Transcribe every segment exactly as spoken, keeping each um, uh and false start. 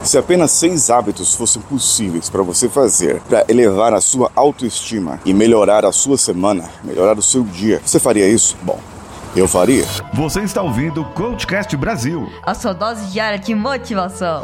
Se apenas seis hábitos fossem possíveis para você fazer para elevar a sua autoestima e melhorar a sua semana, melhorar o seu dia, você faria isso? Bom, eu faria. Você está ouvindo o CoachCast Brasil, a sua dose diária de motivação.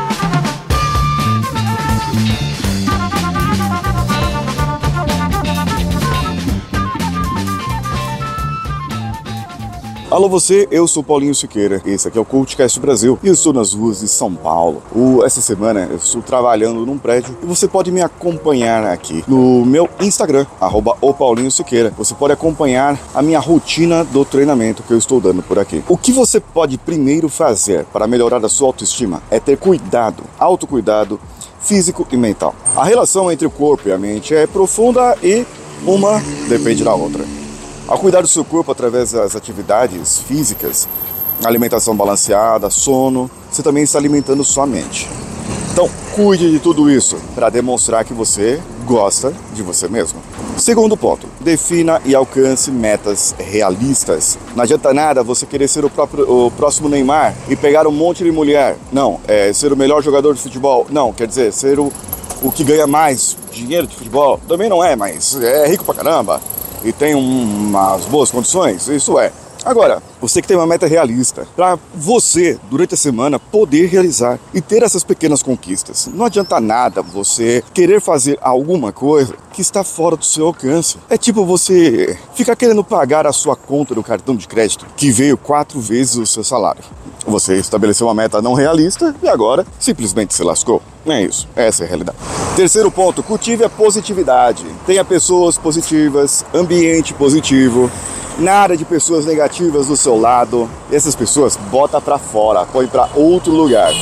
Alô você, eu sou Paulinho Siqueira, esse aqui é o CoachCast Brasil e eu estou nas ruas de São Paulo. O, essa semana eu estou trabalhando num prédio e você pode me acompanhar aqui no meu Instagram, arroba o Paulinho Siqueira. Você pode acompanhar a minha rotina do treinamento que eu estou dando por aqui. O que você pode primeiro fazer para melhorar a sua autoestima é ter cuidado, autocuidado físico e mental. A relação entre o corpo e a mente é profunda e uma depende da outra. Ao cuidar do seu corpo através das atividades físicas, alimentação balanceada, sono, você também está alimentando sua mente. Então, cuide de tudo isso para demonstrar que você gosta de você mesmo. Segundo ponto, defina e alcance metas realistas. Não adianta nada você querer ser o, próprio, o próximo Neymar e pegar um monte de mulher. Não, é ser o melhor jogador de futebol. Não, quer dizer, ser o, o que ganha mais dinheiro de futebol. Também não é, mas é rico pra caramba. E tem um, umas boas condições, isso é. Agora, você que tem uma meta realista, para você, durante a semana, poder realizar e ter essas pequenas conquistas. Não adianta nada você querer fazer alguma coisa que está fora do seu alcance. É tipo você ficar querendo pagar a sua conta do cartão de crédito, que veio quatro vezes o seu salário. Você estabeleceu uma meta não realista e agora simplesmente se lascou. Não é isso, essa é a realidade. Terceiro ponto, cultive a positividade. Tenha pessoas positivas, ambiente positivo, nada de pessoas negativas do seu lado. Essas pessoas bota pra fora, põe pra outro lugar.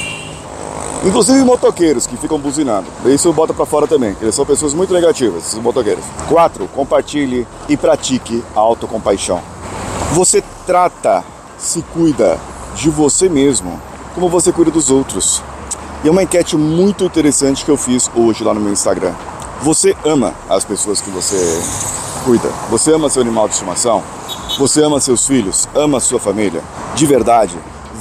Inclusive motoqueiros que ficam buzinando. Isso bota pra fora também, eles são pessoas muito negativas, esses motoqueiros. Quatro, compartilhe e pratique a autocompaixão. Você trata, se cuida de você mesmo como você cuida dos outros. E é uma enquete muito interessante que eu fiz hoje lá no meu Instagram. Você ama as pessoas que você cuida? Você ama seu animal de estimação? Você ama seus filhos? Ama sua família? De verdade?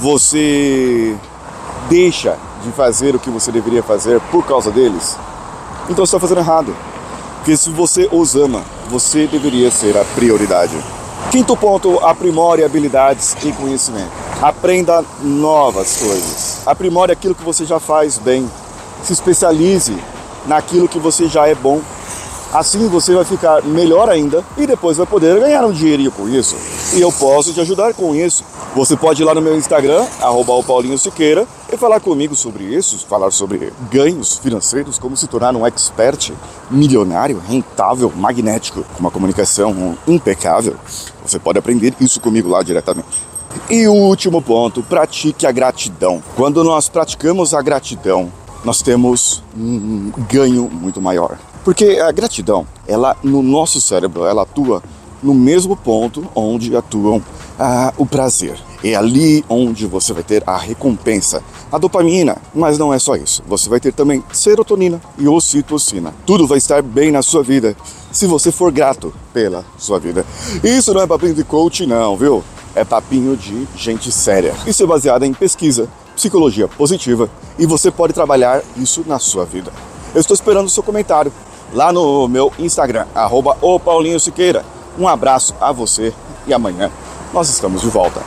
Você deixa de fazer o que você deveria fazer por causa deles? Então você está fazendo errado. Porque se você os ama, você deveria ser a prioridade. Quinto ponto, aprimore habilidades e conhecimento. Aprenda novas coisas. Aprimore aquilo que você já faz bem. Se especialize naquilo que você já é bom. Assim você vai ficar melhor ainda e depois vai poder ganhar um dinheirinho com isso. E eu posso te ajudar com isso. Você pode ir lá no meu Instagram, arroba o Paulinho Siqueira, e falar comigo sobre isso, falar sobre ganhos financeiros, como se tornar um expert milionário, rentável, magnético, com uma comunicação impecável. Você pode aprender isso comigo lá diretamente. E o último ponto, pratique a gratidão. Quando nós praticamos a gratidão, nós temos um ganho muito maior. Porque a gratidão, ela no nosso cérebro, ela atua no mesmo ponto onde atuam ah, o prazer. É ali onde você vai ter a recompensa, a dopamina, mas não é só isso. Você vai ter também serotonina e ocitocina. Tudo vai estar bem na sua vida se você for grato pela sua vida. Isso não é papinho de coach não, viu? É papinho de gente séria. Isso é baseado em pesquisa, psicologia positiva e você pode trabalhar isso na sua vida. Eu estou esperando o seu comentário lá no meu Instagram, arroba o Paulinho Siqueira. Um abraço a você e amanhã nós estamos de volta.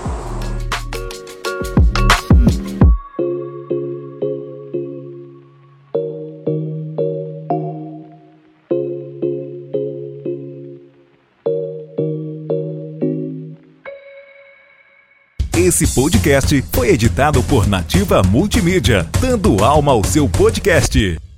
Esse podcast foi editado por Nativa Multimídia, dando alma ao seu podcast.